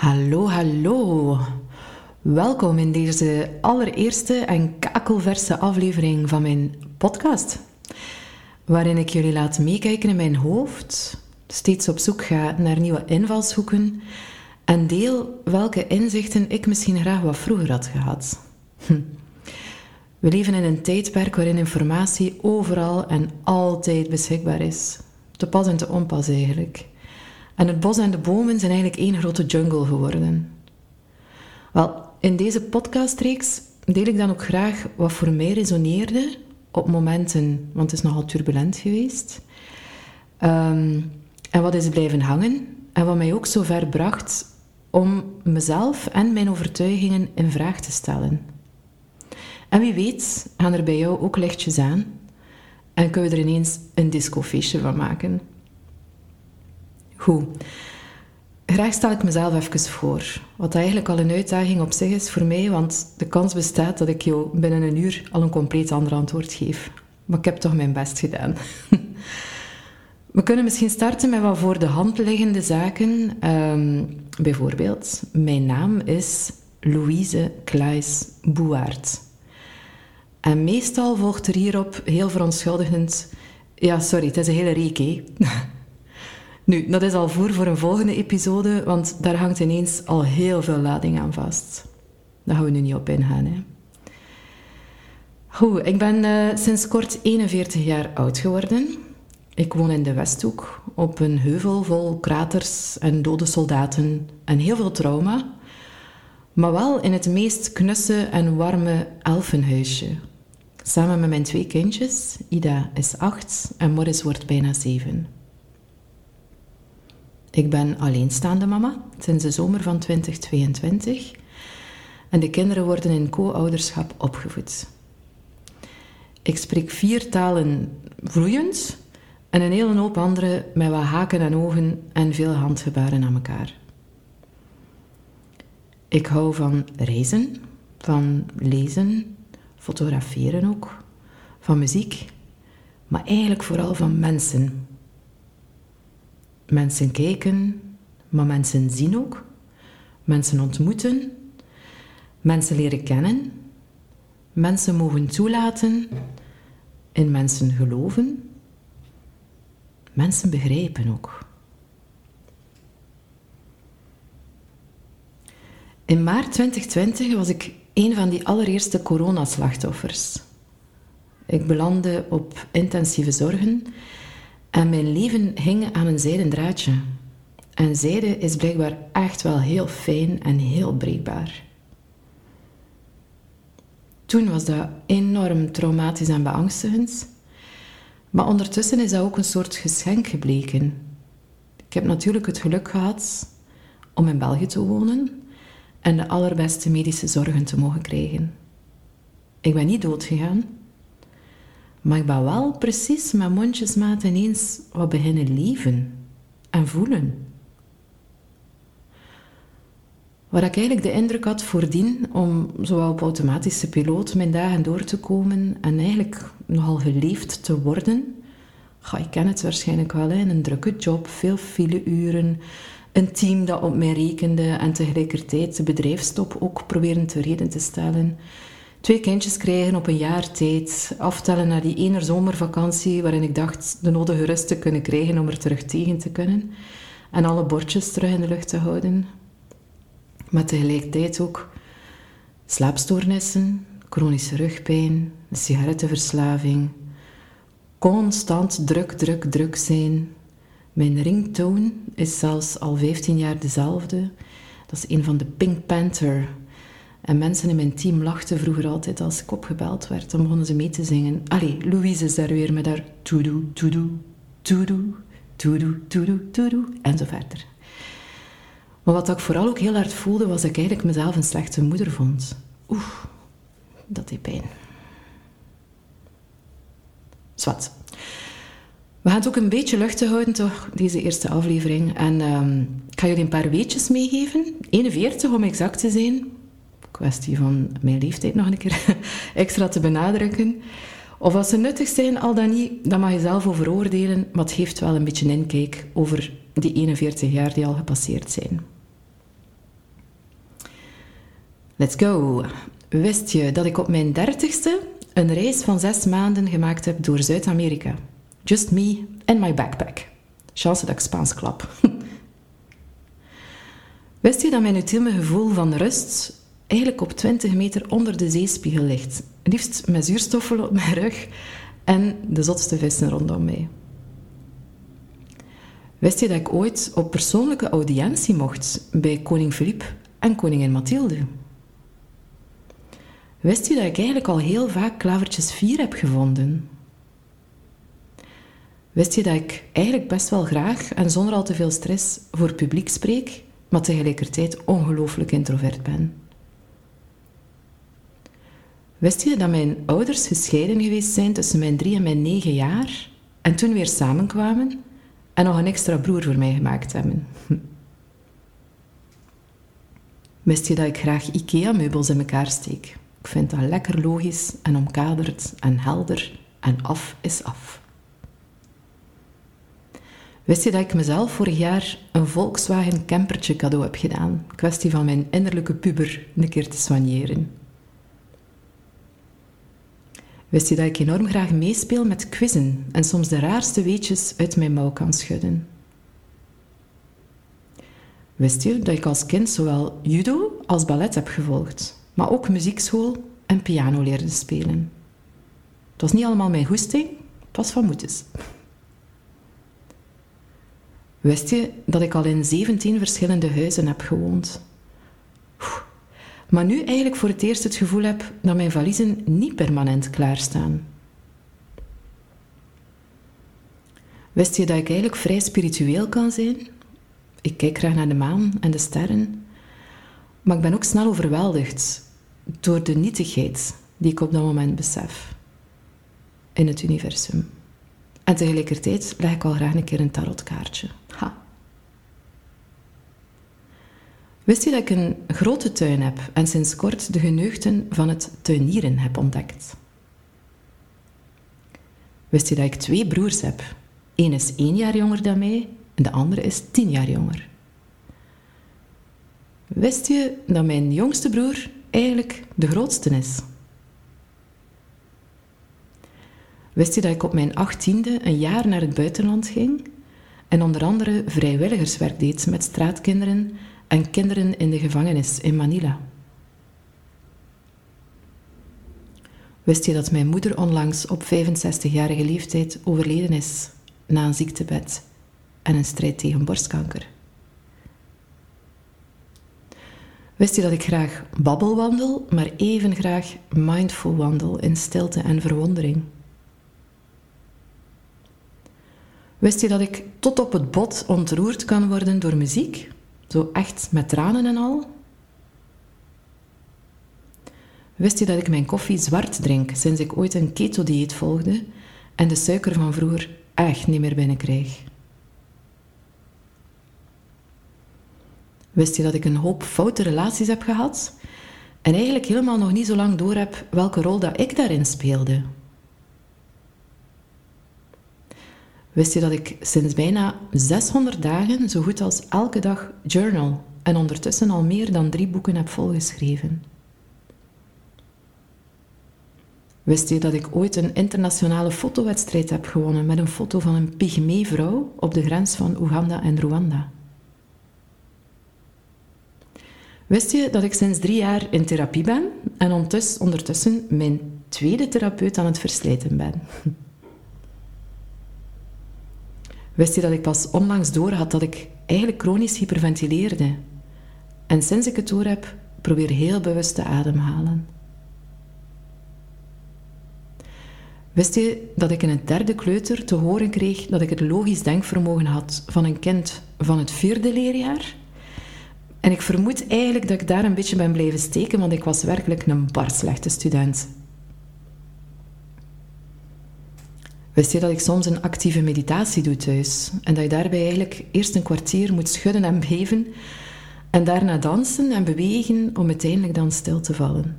Hallo, hallo. Welkom in deze allereerste en kakelverse aflevering van mijn podcast, waarin ik jullie laat meekijken in mijn hoofd, steeds op zoek ga naar nieuwe invalshoeken en deel welke inzichten ik misschien graag wat vroeger had gehad. We leven in een tijdperk waarin informatie overal en altijd beschikbaar is. Te pas en te onpas eigenlijk. En het bos en de bomen zijn eigenlijk één grote jungle geworden. Wel, in deze podcastreeks deel ik dan ook graag wat voor mij resoneerde op momenten, want het is nogal turbulent geweest. En wat is blijven hangen en wat mij ook zo ver bracht om mezelf en mijn overtuigingen in vraag te stellen. En wie weet gaan er bij jou ook lichtjes aan en kunnen we er ineens een discofeestje van maken. Goed. Graag stel ik mezelf even voor, wat eigenlijk al een uitdaging op zich is voor mij, want de kans bestaat dat ik jou binnen een uur al een compleet ander antwoord geef. Maar ik heb toch mijn best gedaan. We kunnen misschien starten met wat voor de hand liggende zaken. Bijvoorbeeld, mijn naam is Louise Claes Bouwaert. En meestal volgt er hierop heel verontschuldigend... Ja, sorry, het is een hele reek, hè. Nu, dat is al voor een volgende episode, want daar hangt ineens al heel veel lading aan vast. Daar gaan we nu niet op ingaan, hè. Goed, ik ben sinds kort 41 jaar oud geworden. Ik woon in de Westhoek, op een heuvel vol kraters en dode soldaten en heel veel trauma. Maar wel in het meest knusse en warme elfenhuisje. Samen met mijn 2 kindjes. Ida is 8 en Morris wordt bijna 7. Ik ben alleenstaande mama sinds de zomer van 2022. En de kinderen worden in co-ouderschap opgevoed. Ik spreek 4 talen vloeiend en een hele hoop andere met wat haken en ogen en veel handgebaren aan elkaar. Ik hou van reizen, van lezen, fotograferen ook, van muziek, maar eigenlijk vooral van mensen. Mensen kijken, maar mensen zien ook. Mensen ontmoeten. Mensen leren kennen. Mensen mogen toelaten. In mensen geloven. Mensen begrijpen ook. In maart 2020 was ik een van die allereerste coronaslachtoffers. Ik belandde op intensieve zorgen en mijn leven hing aan een zijden draadje. En zijde is blijkbaar echt wel heel fijn en heel breekbaar. Toen was dat enorm traumatisch en beangstigend. Maar ondertussen is dat ook een soort geschenk gebleken. Ik heb natuurlijk het geluk gehad om in België te wonen en de allerbeste medische zorgen te mogen krijgen. Ik ben niet doodgegaan, maar ik ben wel precies met mondjesmaat ineens wat beginnen leven en voelen. Waar ik eigenlijk de indruk had voordien om zowel op automatische piloot mijn dagen door te komen en eigenlijk nogal geleefd te worden. Ik ken het waarschijnlijk wel, hè? Een drukke job, veel fileuren, een team dat op mij rekende en tegelijkertijd de bedrijfstop ook proberen tevreden te stellen. 2 kindjes krijgen op een jaar tijd, aftellen naar die ene zomervakantie waarin ik dacht de nodige rust te kunnen krijgen om er terug tegen te kunnen en alle bordjes terug in de lucht te houden. Maar tegelijkertijd ook slaapstoornissen, chronische rugpijn, een sigarettenverslaving, constant druk zijn. Mijn ringtone is zelfs al 15 jaar dezelfde. Dat is een van de Pink Panther. En mensen in mijn team lachten vroeger altijd als ik opgebeld werd. Dan begonnen ze mee te zingen. Allee, Louise is daar weer met haar to-do, to-do, to-do, to-do, to-do, to-do, en zo verder. Maar wat ik vooral ook heel hard voelde, was dat ik eigenlijk mezelf een slechte moeder vond. Dat deed pijn. Zwat. We gaan het ook een beetje luchtig houden, toch, deze eerste aflevering. En ik ga jullie een paar weetjes meegeven. 41 om exact te zijn. Kwestie van mijn leeftijd nog een keer extra te benadrukken. Of als ze nuttig zijn, al dan niet, dat mag je zelf over oordelen. Maar het geeft wel een beetje een inkijk over die 41 jaar die al gepasseerd zijn. Let's go! Wist je dat ik op mijn 30ste een reis van 6 maanden gemaakt heb door Zuid-Amerika? Just me and my backpack. Chance dat ik Spaans klap. Wist je dat mijn ultieme gevoel van rust eigenlijk op 20 meter onder de zeespiegel ligt? Liefst met zuurstoffen op mijn rug en de zotste vissen rondom mij. Wist je dat ik ooit op persoonlijke audiëntie mocht bij koning Philippe en koningin Mathilde? Wist je dat ik eigenlijk al heel vaak klavertjes 4 heb gevonden? Wist je dat ik eigenlijk best wel graag en zonder al te veel stress voor publiek spreek, maar tegelijkertijd ongelooflijk introvert ben? Wist je dat mijn ouders gescheiden geweest zijn tussen mijn 3 en mijn 9 jaar en toen weer samenkwamen en nog een extra broer voor mij gemaakt hebben? Wist je dat ik graag IKEA-meubels in elkaar steek? Ik vind dat lekker logisch en omkaderd en helder en af is af. Wist je dat ik mezelf vorig jaar een Volkswagen campertje cadeau heb gedaan? Kwestie van mijn innerlijke puber een keer te soigneren. Wist je dat ik enorm graag meespeel met quizzen en soms de raarste weetjes uit mijn mouw kan schudden? Wist je dat ik als kind zowel judo als ballet heb gevolgd, maar ook muziekschool en piano leerde spelen? Het was niet allemaal mijn goesting, het was van moetes. Wist je dat ik al in 17 verschillende huizen heb gewoond? Maar nu eigenlijk voor het eerst het gevoel heb dat mijn valiezen niet permanent klaarstaan. Wist je dat ik eigenlijk vrij spiritueel kan zijn? Ik kijk graag naar de maan en de sterren, maar ik ben ook snel overweldigd door de nietigheid die ik op dat moment besef in het universum. En tegelijkertijd leg ik al graag een keer een tarotkaartje. Ha. Wist je dat ik een grote tuin heb en sinds kort de geneugten van het tuinieren heb ontdekt? Wist je dat ik 2 broers heb? Eén is 1 jaar jonger dan mij en de andere is 10 jaar jonger. Wist je dat mijn jongste broer eigenlijk de grootste is? Wist je dat ik op mijn 18e een jaar naar het buitenland ging en onder andere vrijwilligerswerk deed met straatkinderen en kinderen in de gevangenis in Manila? Wist je dat mijn moeder onlangs op 65-jarige leeftijd overleden is na een ziektebed en een strijd tegen borstkanker? Wist je dat ik graag babbelwandel, maar even graag mindful wandel in stilte en verwondering? Wist je dat ik tot op het bot ontroerd kan worden door muziek? Zo echt met tranen en al? Wist je dat ik mijn koffie zwart drink sinds ik ooit een keto-dieet volgde en de suiker van vroeger echt niet meer binnenkrijg? Wist je dat ik een hoop foute relaties heb gehad en eigenlijk helemaal nog niet zo lang door heb welke rol dat ik daarin speelde? Wist je dat ik sinds bijna 600 dagen zo goed als elke dag journal en ondertussen al meer dan 3 boeken heb volgeschreven? Wist je dat ik ooit een internationale fotowedstrijd heb gewonnen met een foto van een pygmeevrouw op de grens van Oeganda en Rwanda? Wist je dat ik sinds 3 jaar in therapie ben en ondertussen mijn 2e therapeut aan het verslijten ben? Wist je dat ik pas onlangs door had dat ik eigenlijk chronisch hyperventileerde? En sinds ik het door heb, probeer heel bewust te ademhalen. Wist je dat ik in het 3e kleuter te horen kreeg dat ik het logisch denkvermogen had van een kind van het 4e leerjaar? En ik vermoed eigenlijk dat ik daar een beetje ben blijven steken, want ik was werkelijk een bar slechte student. Wist je dat ik soms een actieve meditatie doe thuis en dat je daarbij eigenlijk eerst een kwartier moet schudden en beven en daarna dansen en bewegen om uiteindelijk dan stil te vallen?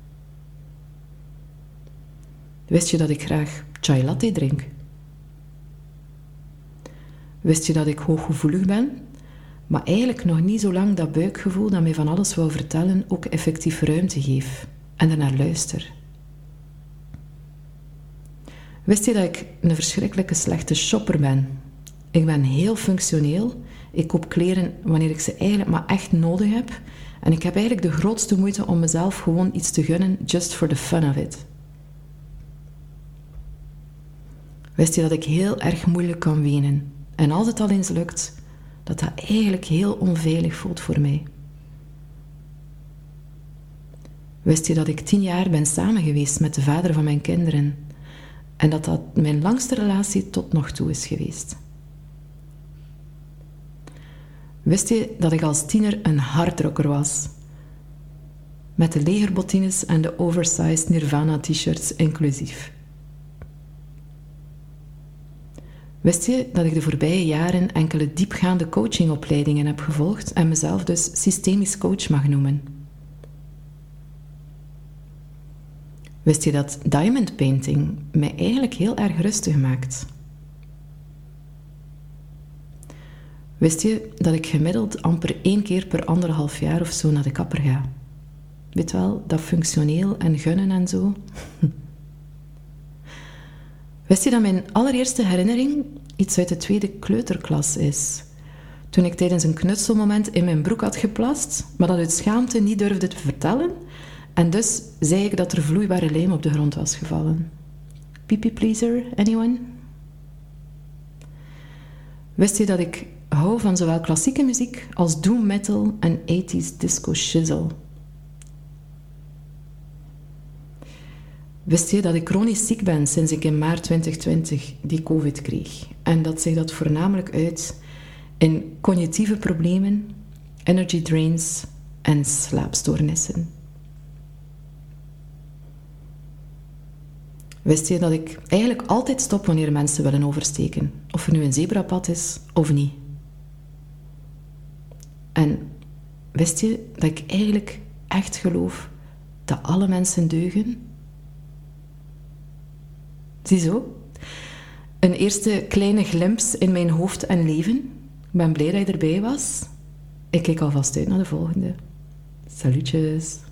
Wist je dat ik graag chai latte drink? Wist je dat ik hooggevoelig ben, maar eigenlijk nog niet zo lang dat buikgevoel dat mij van alles wou vertellen ook effectief ruimte geef en ernaar luister. Wist je dat ik een verschrikkelijke slechte shopper ben? Ik ben heel functioneel. Ik koop kleren wanneer ik ze eigenlijk maar echt nodig heb. En ik heb eigenlijk de grootste moeite om mezelf gewoon iets te gunnen, just for the fun of it. Wist je dat ik heel erg moeilijk kan wenen? En als het al eens lukt, dat eigenlijk heel onveilig voelt voor mij. Wist je dat ik 10 jaar ben samen geweest met de vader van mijn kinderen? En dat mijn langste relatie tot nog toe is geweest. Wist je dat ik als tiener een hardrocker was? Met de legerbottines en de oversized Nirvana t-shirts inclusief. Wist je dat ik de voorbije jaren enkele diepgaande coachingopleidingen heb gevolgd en mezelf dus systemisch coach mag noemen? Wist je dat diamond painting mij eigenlijk heel erg rustig maakt? Wist je dat ik gemiddeld amper 1 keer per 1,5 jaar of zo naar de kapper ga? Weet wel, dat functioneel en gunnen en zo. Wist je dat mijn allereerste herinnering iets uit de 2e kleuterklas is? Toen ik tijdens een knutselmoment in mijn broek had geplast, maar dat uit schaamte niet durfde te vertellen. En dus zei ik dat er vloeibare lijm op de grond was gevallen. Pee-pee pleaser, anyone? Wist je dat ik hou van zowel klassieke muziek als doom metal en 80s disco shizzle? Wist je dat ik chronisch ziek ben sinds ik in maart 2020 die COVID kreeg? En dat zich dat voornamelijk uit in cognitieve problemen, energy drains en slaapstoornissen? Wist je dat ik eigenlijk altijd stop wanneer mensen willen oversteken? Of er nu een zebrapad is of niet? En wist je dat ik eigenlijk echt geloof dat alle mensen deugen? Ziezo, een eerste kleine glimps in mijn hoofd en leven. Ik ben blij dat je erbij was. Ik kijk alvast uit naar de volgende. Salutjes.